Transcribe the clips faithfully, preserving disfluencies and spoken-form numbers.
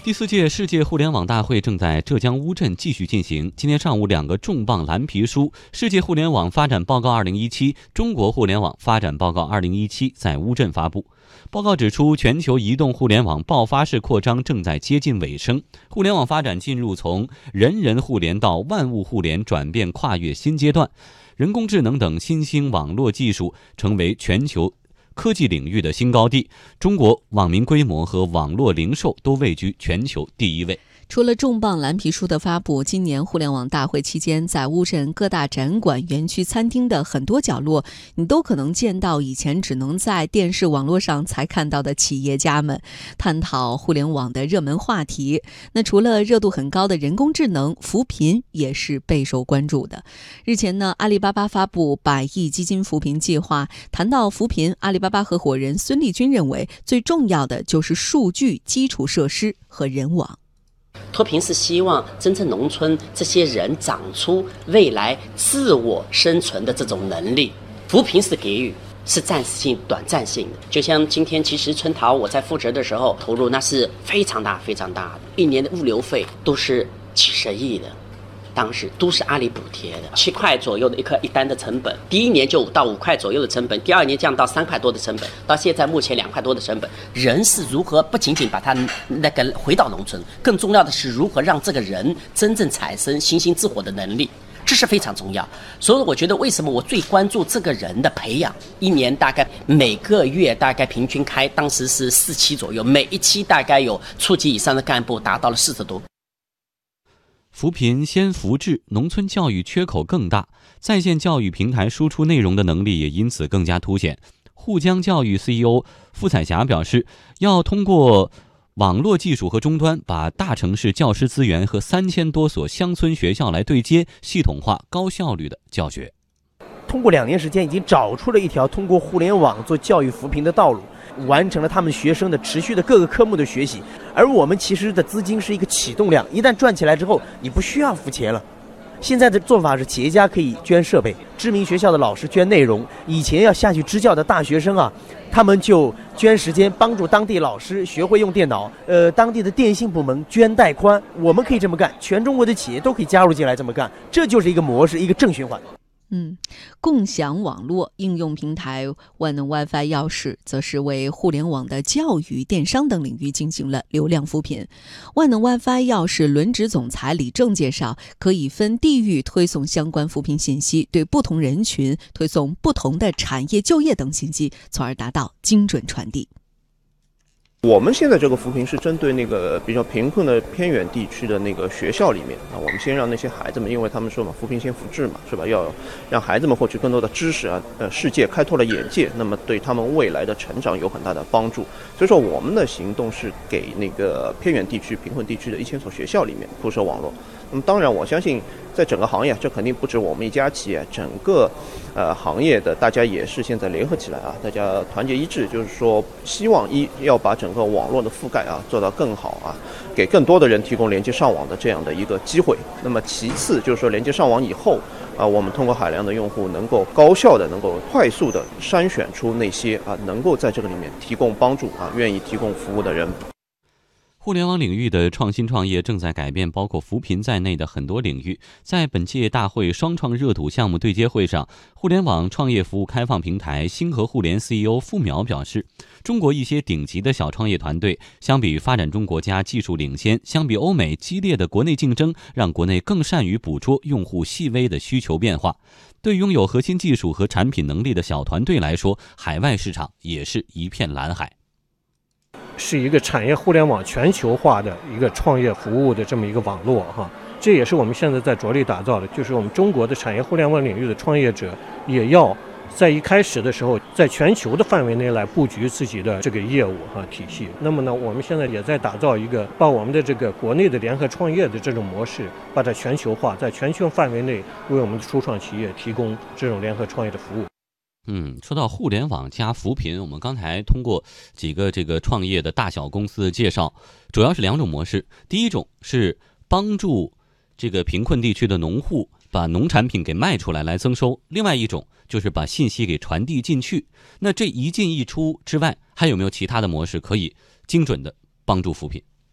第四届世界互联网大会正在浙江乌镇继续进行。今天上午，两个重磅蓝皮书《世界互联网发展报告二零一七》《中国互联网发展报告二零一七》在乌镇发布。报告指出，全球移动互联网爆发式扩张正在接近尾声，互联网发展进入从人人互联到万物互联转变跨越新阶段，人工智能等新兴网络技术成为全球科技领域的新高地，中国网民规模和网络零售都位居全球第一位。 除了重磅蓝皮书的发布，今年互联网大会期间，在乌镇各大展馆、园区、餐厅的很多角落，你都可能见到以前只能在电视网络上才看到的企业家们探讨互联网的热门话题。那除了热度很高的人工智能，扶贫也是备受关注的。日前呢，阿里巴巴发布百亿基金扶贫计划，谈到扶贫，阿里巴巴合伙人孙立军认为，最重要的就是数据、基础设施和人网。 脱贫是希望真正农村这些人长出未来自我生存的这种能力，扶贫是给予，是暂时性、短暂性的。就像今天，其实春桃我在负责的时候投入那是非常大、非常大的，一年的物流费都是几十亿的。当时都是阿里补贴的，七块左右的一颗一单的成本，第一年就到五块左右的成本，第二年降到三块多的成本，到现在目前两块多的成本。人是如何不仅仅把他那个回到农村，更重要的是如何让这个人真正产生星星之火的能力，这是非常重要。所以我觉得为什么我最关注这个人的培养，一年大概每个月大概平均开，当时是四期左右，每一期大概有处级以上的干部达到了四十多。 扶贫先扶志，农村教育缺口更大，在线教育平台输出内容的能力也因此更加凸显。沪江教育 C E O 傅彩霞表示，要通过网络技术和终端，把大城市教师资源和三千多所乡村学校来对接，系统化、高效率的教学。 通过两年时间，已经找出了一条通过互联网做教育扶贫的道路，完成了他们学生的持续的各个科目的学习。而我们其实的资金是一个启动量，一旦赚起来之后，你不需要付钱了。现在的做法是，企业家可以捐设备，知名学校的老师捐内容，以前要下去支教的大学生啊，他们就捐时间帮助当地老师学会用电脑，呃，当地的电信部门捐带宽，我们可以这么干，全中国的企业都可以加入进来这么干，这就是一个模式，一个正循环。 嗯，共享网络应用平台万能 WiFi 钥匙则是为互联网的教育、电商等领域进行了流量扶贫。万能 WiFi 钥匙轮值总裁李正介绍，可以分地域推送相关扶贫信息，对不同人群推送不同的产业、就业等信息，从而达到精准传递。 我们现在这个扶贫是针对那个比较贫困的偏远地区的那个学校里面啊，我们先让那些孩子们，因为他们说嘛，扶贫先扶志嘛，是吧？要让孩子们获取更多的知识啊，呃，世界开拓了眼界，那么对他们未来的成长有很大的帮助。所以说，我们的行动是给那个偏远地区、贫困地区的一千所学校里面铺设网络。那么当然，我相信在整个行业，这肯定不止我们一家企业，整个呃行业的大家也是现在联合起来啊，大家团结一致，就是说希望一要把整个网络的覆盖啊做到更好啊，给更多的人提供连接上网的这样的一个机会。那么其次就是说连接上网以后啊，我们通过海量的用户能够高效的、能够快速的筛选出那些啊能够在这个里面提供帮助啊、愿意提供服务的人。 互联网领域的创新创业正在改变包括扶贫在内的很多领域。在本届大会双创热土项目对接会上，互联网创业服务开放平台星河互联 C E O 付淼表示，中国一些顶级的小创业团队相比发展中国家技术领先，相比欧美激烈的国内竞争，让国内更善于捕捉用户细微的需求变化。对拥有核心技术和产品能力的小团队来说，海外市场也是一片蓝海。 是一个产业互联网全球化的一个创业服务的这么一个网络哈，这也是我们现在在着力打造的，就是我们中国的产业互联网领域的创业者也要在一开始的时候，在全球的范围内来布局自己的这个业务哈体系。那么呢，我们现在也在打造一个把我们的这个国内的联合创业的这种模式，把它全球化，在全球范围内为我们的初创企业提供这种联合创业的服务。 嗯，说到互联网加扶贫，我们刚才通过几个这个创业的大小公司的介绍，主要是两种模式。第一种是帮助这个贫困地区的农户把农产品给卖出来来增收，另外一种就是把信息给传递进去。那这一进一出之外，还有没有其他的模式可以精准的帮助扶贫？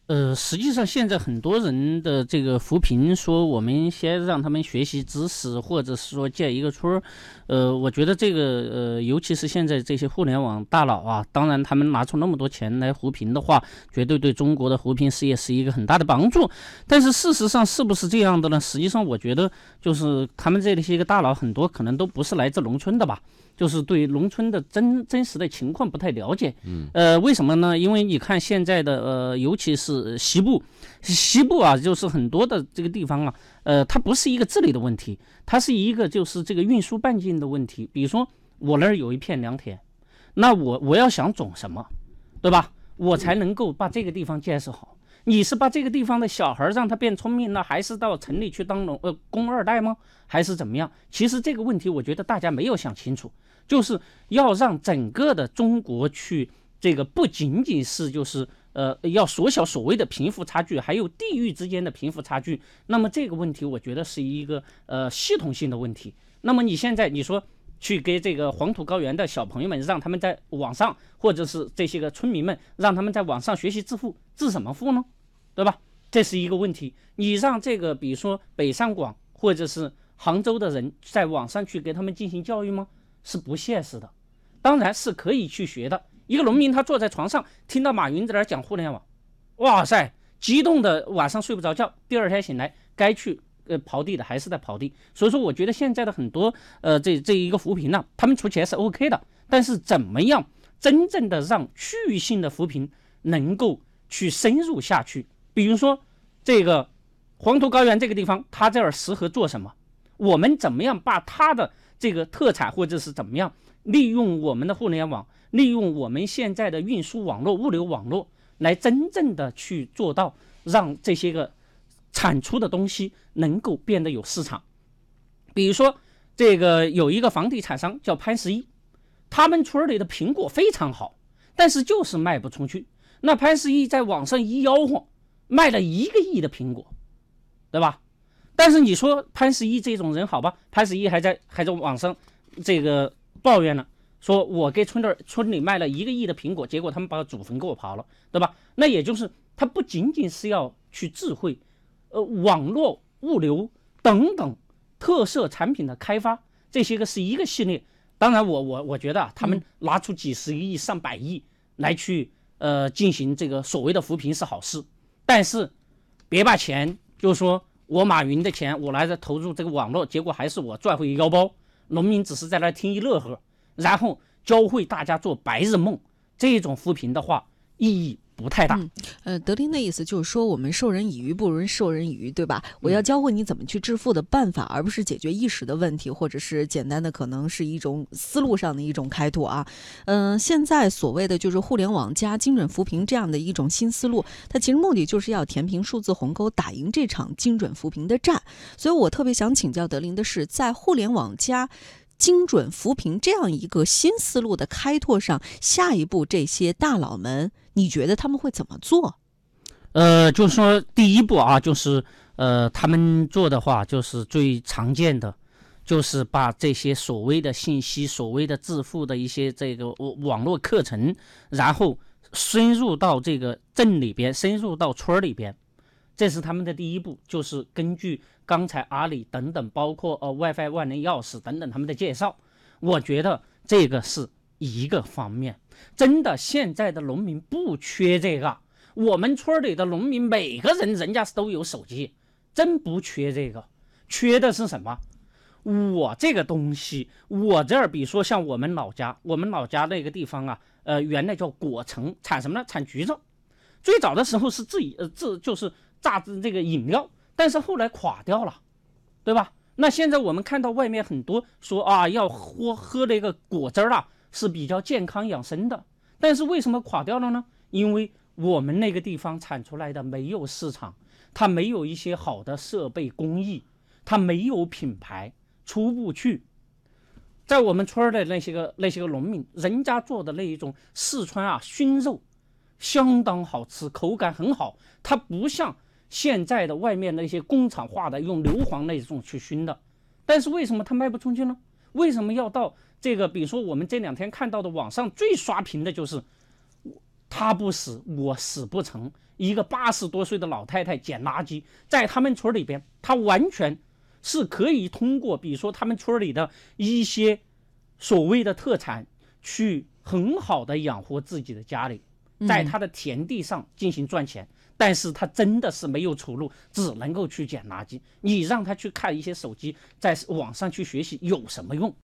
呃，实际上现在很多人的这个扶贫说我们先让他们学习知识，或者是说建一个村儿，呃，我觉得这个呃，尤其是现在这些互联网大佬啊，当然他们拿出那么多钱来扶贫的话，绝对对中国的扶贫事业是一个很大的帮助。但是事实上是不是这样的呢？实际上我觉得就是他们这些个大佬很多可能都不是来自农村的吧。就是对农村的真真实的情况不太了解，嗯，呃，为什么呢？因为你看现在的呃，尤其是西部，西部啊，就是很多的这个地方啊，呃，它不是一个治理的问题，它是一个就是这个运输半径的问题。比如说我那儿有一片良田，那我我要想种什么，对吧？我才能够把这个地方建设好。你是把这个地方的小孩让他变聪明呢，还是到城里去当农呃工二代吗？还是怎么样？其实这个问题我觉得大家没有想清楚，就是要让整个的中国去这个不仅仅是就是呃要缩小所谓的贫富差距，还有地域之间的贫富差距。那么这个问题我觉得是一个呃系统性的问题。那么你现在你说去给这个黄土高原的小朋友们，让他们在网上，或者是这些个村民们，让他们在网上学习致富，致什么富呢？对吧？这是一个问题。你让这个比如说北上广或者是杭州的人在网上去给他们进行教育吗？是不现实的。当然是可以去学的。一个农民他坐在床上听到马云在那讲互联网，哇塞，激动的晚上睡不着觉，第二天醒来该去呃刨地的还是在刨地。所以说我觉得现在的很多呃这这一个扶贫呢、啊，他们出钱是 OK 的，但是怎么样真正的让区域性的扶贫能够去深入下去？比如说这个黄土高原这个地方，它这儿适合做什么？我们怎么样把它的这个特产，或者是怎么样利用我们的互联网，利用我们现在的运输网络、物流网络，来真正的去做到让这些个产出的东西能够变得有市场。比如说这个有一个房地产商叫潘石屹，他们村里的苹果非常好，但是就是卖不出去。那潘石屹在网上一吆喝，卖了一个亿的苹果，对吧？但是你说潘石屹这种人好吧，潘石屹还在还在网上这个抱怨呢，说我给村里村里卖了一个亿的苹果，结果他们把祖坟给我刨了，对吧？那也就是他不仅仅是要去智慧，呃，网络、物流等等特色产品的开发，这些个是一个系列。当然我我我觉得啊，他们拿出几十亿、上百亿来去呃进行这个所谓的扶贫是好事。但是别把钱，就是说我马云的钱我来这投入这个网络，结果还是我赚回腰包，农民只是在那听一乐呵，然后教会大家做白日梦，这种扶贫的话意义不太大。 嗯，呃，德林的意思就是说，我们授人以鱼不如授人以渔，对吧？我要教会你怎么去致富的办法，而不是解决一时的问题，或者是简单的可能是一种思路上的一种开拓啊。嗯、呃，现在所谓的就是互联网加精准扶贫这样的一种新思路，它其实目的就是要填平数字鸿沟，打赢这场精准扶贫的战。所以我特别想请教德林的是，在互联网加精准扶贫这样一个新思路的开拓上，下一步这些大佬们，你觉得他们会怎么做？ 呃，就是说第一步啊，就是呃，他们做的话，就是最常见的，就是把这些所谓的信息、所谓的致富的一些这个网络课程，然后深入到这个镇里边，深入到村里边。这是他们的第一步，就是根据刚才阿里等等，包括呃 WiFi 万能钥匙等等他们的介绍，我觉得这个是一个方面。真的，现在的农民不缺这个，我们村里的农民每个人人家都有手机，真不缺这个，缺的是什么？我这个东西，我这儿比如说像我们老家，我们老家那个地方啊，呃，原来叫果城，产什么呢？产橘子。最早的时候是自己呃自就是榨汁这个饮料，但是后来垮掉了，对吧？那现在我们看到外面很多说啊要喝喝那个果汁啊是比较健康养生的，但是为什么垮掉了呢？因为我们那个地方产出来的没有市场，它没有一些好的设备工艺，它没有品牌，出不去。在我们村的那些个那些个农民，人家做的那一种四川啊熏肉，相当好吃，口感很好，它不像现在的外面那些工厂化的用硫磺那种去熏的。但是为什么它卖不出去呢？为什么要到这个比如说我们这两天看到的网上最刷屏的就是他不死我死不成， 一个八十多岁的老太太捡垃圾，在他们村里边，她完全是可以通过比如说他们村里的一些所谓的特产去很好的养活自己的家里，在他的田地上进行赚钱，但是他真的是没有出路，只能够去捡垃圾。你让他去看一些手机，在网上去学习有什么用？